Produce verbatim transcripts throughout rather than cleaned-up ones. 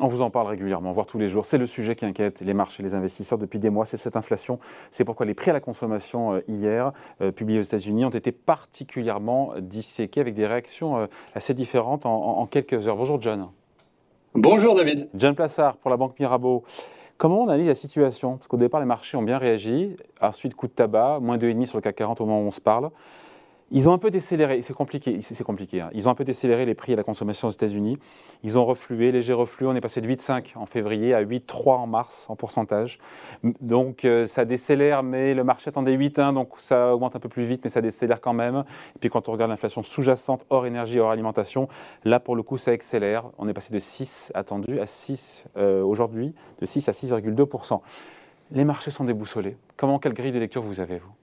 vous en parle régulièrement, voire tous les jours. C'est le sujet qui inquiète les marchés, les investisseurs depuis des mois. C'est cette inflation. C'est pourquoi les prix à la consommation euh, hier, euh, publiés aux États-Unis, ont été particulièrement disséqués avec des réactions euh, assez différentes en, en, en quelques heures. Bonjour John. Bonjour David. John Plassard pour la Banque Mirabeau. Comment on analyse la situation? Parce qu'au départ, les marchés ont bien réagi. Ensuite, coup de tabac, moins deux virgule cinq sur le C A C quarante au moment où on se parle. Ils ont un peu décéléré, c'est compliqué, c'est compliqué hein. Ils ont un peu décéléré les prix à la consommation aux États-Unis. Ils ont reflué, léger reflux. On est passé de huit virgule cinq en février à huit virgule trois en mars en pourcentage. Donc euh, ça décélère, mais le marché attendait huit virgule un, donc ça augmente un peu plus vite, mais ça décélère quand même. Et puis quand on regarde l'inflation sous-jacente, hors énergie, hors alimentation, là pour le coup ça accélère. On est passé de six attendu à six euh, aujourd'hui, de six à six virgule deux pour cent. Les marchés sont déboussolés. Comment, quelle grille de lecture vous avez, vous?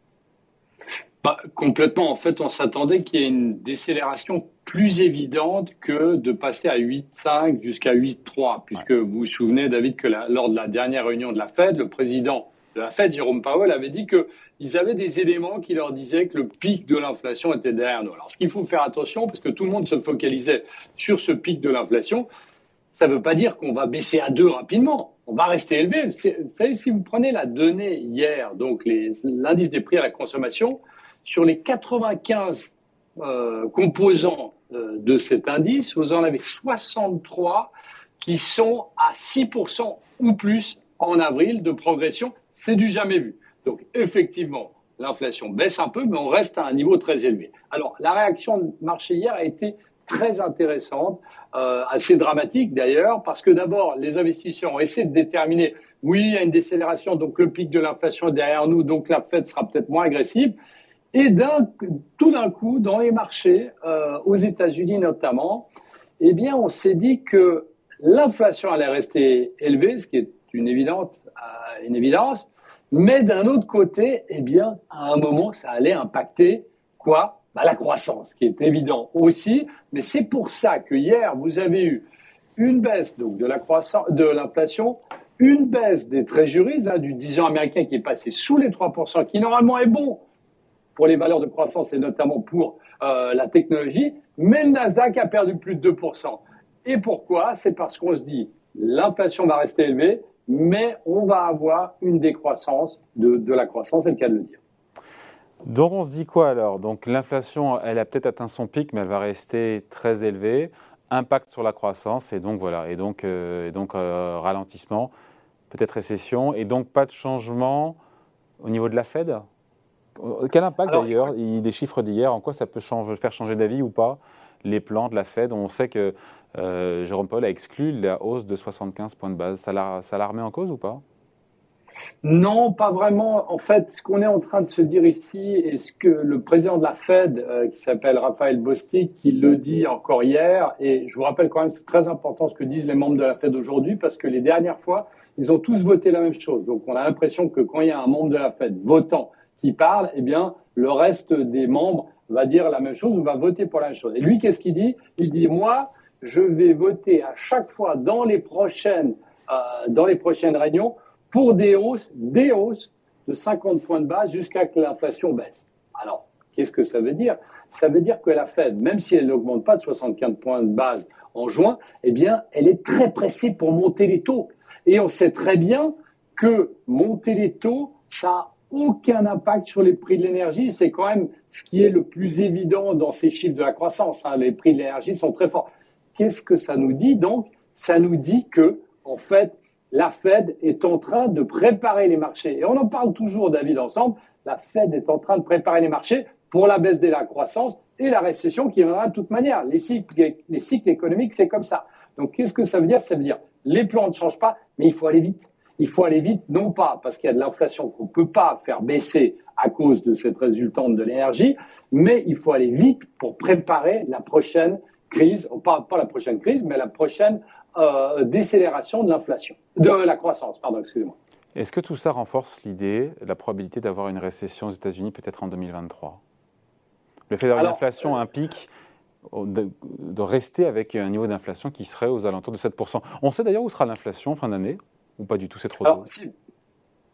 Bah, complètement. En fait, on s'attendait qu'il y ait une décélération plus évidente que de passer à huit virgule cinq jusqu'à huit virgule trois, puisque ouais. Vous vous souvenez, David, que la, lors de la dernière réunion de la Fed, le président de la Fed, Jérôme Powell, avait dit qu'ils avaient des éléments qui leur disaient que le pic de l'inflation était derrière nous. Alors, ce qu'il faut faire attention, parce que tout le monde se focalisait sur ce pic de l'inflation, ça ne veut pas dire qu'on va baisser à deux rapidement. On va rester élevé. Vous savez, si vous prenez la donnée hier, donc les, l'indice des prix à la consommation, sur les quatre-vingt-quinze euh, composants euh, de cet indice, vous en avez soixante-trois qui sont à six pour cent ou plus en avril de progression. C'est du jamais vu. Donc effectivement, l'inflation baisse un peu, mais on reste à un niveau très élevé. Alors la réaction du marché hier a été très intéressante, euh, assez dramatique d'ailleurs, parce que d'abord, les investisseurs ont essayé de déterminer, oui, il y a une décélération, donc le pic de l'inflation est derrière nous, donc la Fed sera peut-être moins agressive. Et d'un, tout d'un coup, dans les marchés, euh, aux États-Unis notamment, eh bien, on s'est dit que l'inflation allait rester élevée, ce qui est une évidente, euh, une évidence, mais d'un autre côté, eh bien, à un moment, ça allait impacter quoi? Bah, la croissance, qui est évident aussi, mais c'est pour ça que hier, vous avez eu une baisse donc de la croissance, de l'inflation, une baisse des treasuries, hein, du dix ans américain qui est passé sous les trois pour cent, qui normalement est bon pour les valeurs de croissance et notamment pour euh, la technologie, mais le Nasdaq a perdu plus de deux pour cent. Et pourquoi? C'est parce qu'on se dit l'inflation va rester élevée, mais on va avoir une décroissance de, de la croissance, c'est le cas de le dire. Donc on se dit quoi alors? Donc l'inflation, elle a peut-être atteint son pic, mais elle va rester très élevée. Impact sur la croissance, et donc voilà, et donc, euh, et donc euh, ralentissement, peut-être récession, et donc pas de changement au niveau de la Fed? Quel impact alors, d'ailleurs, les chiffres d'hier, en quoi ça peut changer, faire changer d'avis ou pas les plans de la Fed? On sait que euh, Jérôme Powell a exclu la hausse de soixante-quinze points de base. Ça l'a, ça l'a remis en cause ou pas? Non, pas vraiment. En fait, ce qu'on est en train de se dire ici, et ce que le président de la Fed, euh, qui s'appelle Raphaël Bostic, qui le dit encore hier, et je vous rappelle quand même, c'est très important ce que disent les membres de la Fed aujourd'hui, parce que les dernières fois, ils ont tous voté la même chose. Donc, on a l'impression que quand il y a un membre de la Fed votant qui parle, eh bien, le reste des membres va dire la même chose ou va voter pour la même chose. Et lui, qu'est-ce qu'il dit? Il dit, moi, je vais voter à chaque fois dans les prochaines, euh, dans les prochaines réunions pour des hausses, des hausses de cinquante points de base jusqu'à que l'inflation baisse. Alors, qu'est-ce que ça veut dire? Ça veut dire que la Fed, même si elle n'augmente pas de soixante-quinze points de base en juin, eh bien, elle est très pressée pour monter les taux. Et on sait très bien que monter les taux, ça a aucun impact sur les prix de l'énergie. C'est quand même ce qui est le plus évident dans ces chiffres de la croissance, hein. Les prix de l'énergie sont très forts. Qu'est-ce que ça nous dit donc? Ça nous dit que, en fait, la Fed est en train de préparer les marchés. Et on en parle toujours, David, ensemble. La Fed est en train de préparer les marchés pour la baisse de la croissance et la récession qui viendra de toute manière. Les cycles, les cycles économiques, c'est comme ça. Donc, qu'est-ce que ça veut dire? Ça veut dire les plans ne changent pas, mais il faut aller vite. Il faut aller vite, non pas parce qu'il y a de l'inflation qu'on ne peut pas faire baisser à cause de cette résultante de l'énergie, mais il faut aller vite pour préparer la prochaine crise, pas, pas la prochaine crise, mais la prochaine euh, décélération de l'inflation, de la croissance, pardon, excusez-moi. Est-ce que tout ça renforce l'idée, la probabilité d'avoir une récession aux États-Unis peut-être en deux mille vingt-trois? Le fait d'avoir une inflation, euh, un pic, de, de rester avec un niveau d'inflation qui serait aux alentours de sept pour cent. On sait d'ailleurs où sera l'inflation en fin d'année? Ou pas du tout, c'est trop Alors, tôt? si,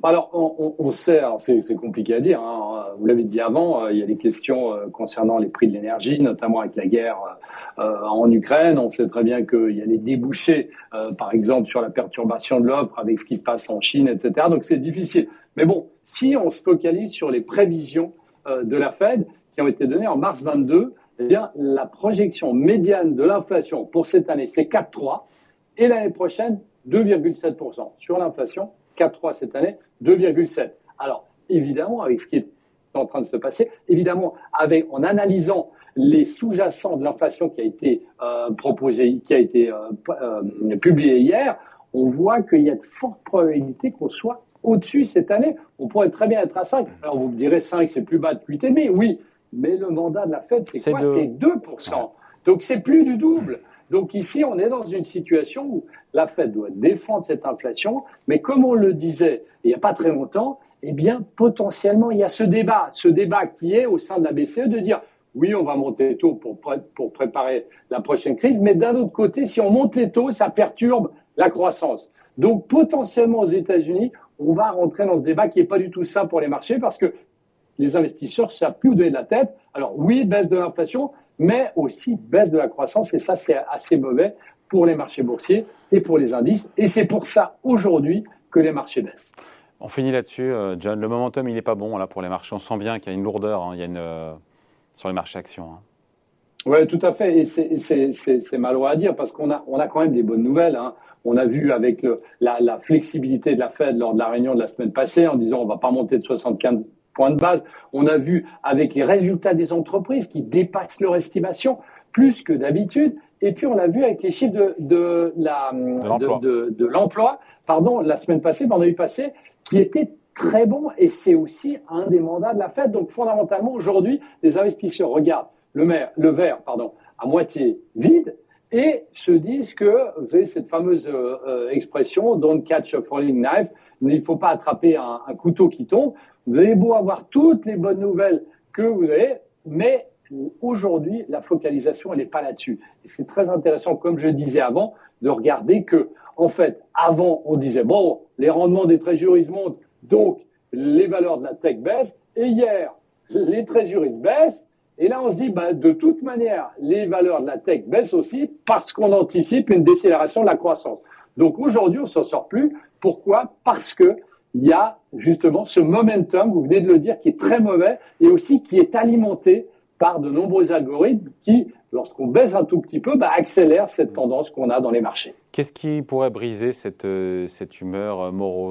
Alors, on, on, on sait, alors c'est, c'est compliqué à dire, hein, vous l'avez dit avant, il y a des questions concernant les prix de l'énergie, notamment avec la guerre euh, en Ukraine. On sait très bien qu'il y a des débouchés, euh, par exemple, sur la perturbation de l'offre avec ce qui se passe en Chine, et cetera. Donc, c'est difficile. Mais bon, si on se focalise sur les prévisions euh, de la Fed qui ont été données en mars vingt-deux, eh bien, la projection médiane de l'inflation pour cette année, c'est quatre virgule trois et l'année prochaine, deux virgule sept pour cent sur l'inflation. quatre virgule trois cette année, deux virgule sept. Alors, évidemment, avec ce qui est en train de se passer, évidemment, avec, en analysant les sous-jacents de l'inflation qui a été euh, proposée, qui a été euh, euh, publiée hier, on voit qu'il y a de fortes probabilités qu'on soit au-dessus cette année. On pourrait très bien être à cinq. Alors, vous me direz cinq, c'est plus bas de huit virgule cinq. Oui, mais le mandat de la Fed, c'est, c'est quoi de... C'est deux pour cent. Donc, c'est plus du double. Donc ici, on est dans une situation où la Fed doit défendre cette inflation, mais comme on le disait il n'y a pas très longtemps, eh bien, potentiellement, il y a ce débat, ce débat qui est au sein de la B C E de dire oui, on va monter les taux pour, pré- pour préparer la prochaine crise, mais d'un autre côté, si on monte les taux, ça perturbe la croissance. Donc potentiellement aux États-Unis, on va rentrer dans ce débat qui n'est pas du tout sain pour les marchés parce que les investisseurs ne savent plus où donner de la tête. Alors oui, baisse de l'inflation, mais aussi baisse de la croissance, et ça, c'est assez mauvais pour les marchés boursiers et pour les indices. Et c'est pour ça, aujourd'hui, que les marchés baissent. On finit là-dessus, John. Le momentum, il n'est pas bon là, pour les marchés. On sent bien qu'il y a une lourdeur, hein, il y a une, euh, sur les marchés actions. Hein. Oui, tout à fait. Et c'est, c'est, c'est, c'est malheureux à dire parce qu'on a, on a quand même des bonnes nouvelles. Hein. On a vu avec le, la, la flexibilité de la Fed lors de la réunion de la semaine passée en disant on ne va pas monter de soixante-quinze points de base. On a vu avec les résultats des entreprises qui dépassent leur estimation plus que d'habitude. Et puis on a vu avec les chiffres de, de, la, de, l'emploi. De, de, de l'emploi, pardon, la semaine passée, vendredi passé, qui était très bon. Et c'est aussi un des mandats de la Fed. Donc fondamentalement, aujourd'hui, les investisseurs regardent le, maire, le verre pardon, à moitié vide et se disent que, vous savez, cette fameuse euh, expression « don't catch a falling knife », il ne faut pas attraper un, un couteau qui tombe. Vous avez beau avoir toutes les bonnes nouvelles que vous avez, mais aujourd'hui, la focalisation, elle n'est pas là-dessus. Et c'est très intéressant, comme je disais avant, de regarder que, en fait, avant, on disait, bon, les rendements des treasuries montent, donc les valeurs de la tech baissent, et hier, les treasuries baissent, et là, on se dit, bah, de toute manière, les valeurs de la tech baissent aussi parce qu'on anticipe une décélération de la croissance. Donc aujourd'hui, on s'en sort plus. Pourquoi ? Parce que il y a justement ce momentum, vous venez de le dire, qui est très mauvais et aussi qui est alimenté par de nombreux algorithmes qui, lorsqu'on baisse un tout petit peu, bah, accélèrent cette tendance qu'on a dans les marchés. Qu'est-ce qui pourrait briser cette, euh, cette humeur morose ?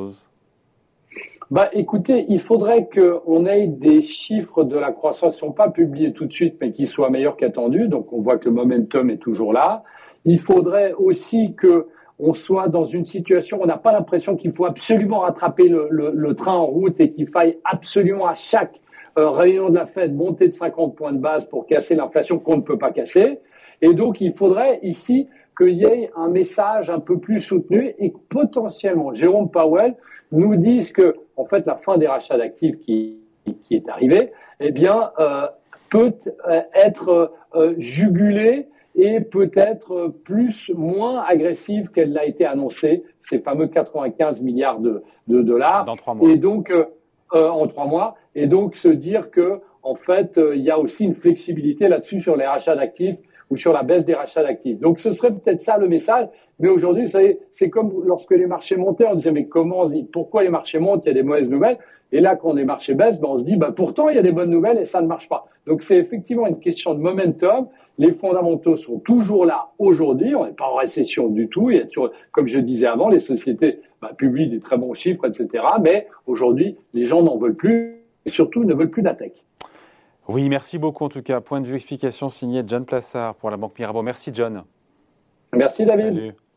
Bah, écoutez, il faudrait qu'on ait des chiffres de la croissance qui ne sont pas publiés tout de suite, mais qui soient meilleurs qu'attendus. Donc, on voit que le momentum est toujours là. Il faudrait aussi qu'on soit dans une situation où on n'a pas l'impression qu'il faut absolument rattraper le, le, le train en route et qu'il faille absolument à chaque euh, réunion de la Fed monter de cinquante points de base pour casser l'inflation qu'on ne peut pas casser. Et donc, il faudrait ici qu'il y ait un message un peu plus soutenu et que potentiellement, Jérôme Powell nous dise que, en fait, la fin des rachats d'actifs qui, qui est arrivée, eh bien, euh, peut être euh, jugulée et peut-être plus, moins agressive qu'elle l'a été annoncée, ces fameux quatre-vingt-quinze milliards de, de dollars. Dans trois mois. Et donc, euh, euh, en trois mois. Et donc, se dire que, en fait, euh, il y a aussi une flexibilité là-dessus sur les rachats d'actifs ou sur la baisse des rachats d'actifs. Donc, ce serait peut-être ça le message. Mais aujourd'hui, vous savez, c'est comme lorsque les marchés montaient, on disait, mais comment, pourquoi les marchés montent, il y a des mauvaises nouvelles. Et là, quand les marchés baissent, ben, on se dit, ben, pourtant, il y a des bonnes nouvelles et ça ne marche pas. Donc, c'est effectivement une question de momentum. Les fondamentaux sont toujours là aujourd'hui. On n'est pas en récession du tout. Il y a toujours, comme je disais avant, les sociétés ben, publient des très bons chiffres, et cetera. Mais aujourd'hui, les gens n'en veulent plus et surtout ne veulent plus d'attech. Oui, merci beaucoup en tout cas. Point de vue, explication signé John Plassard pour la Banque Mirabeau. Merci John. Merci David. Salut.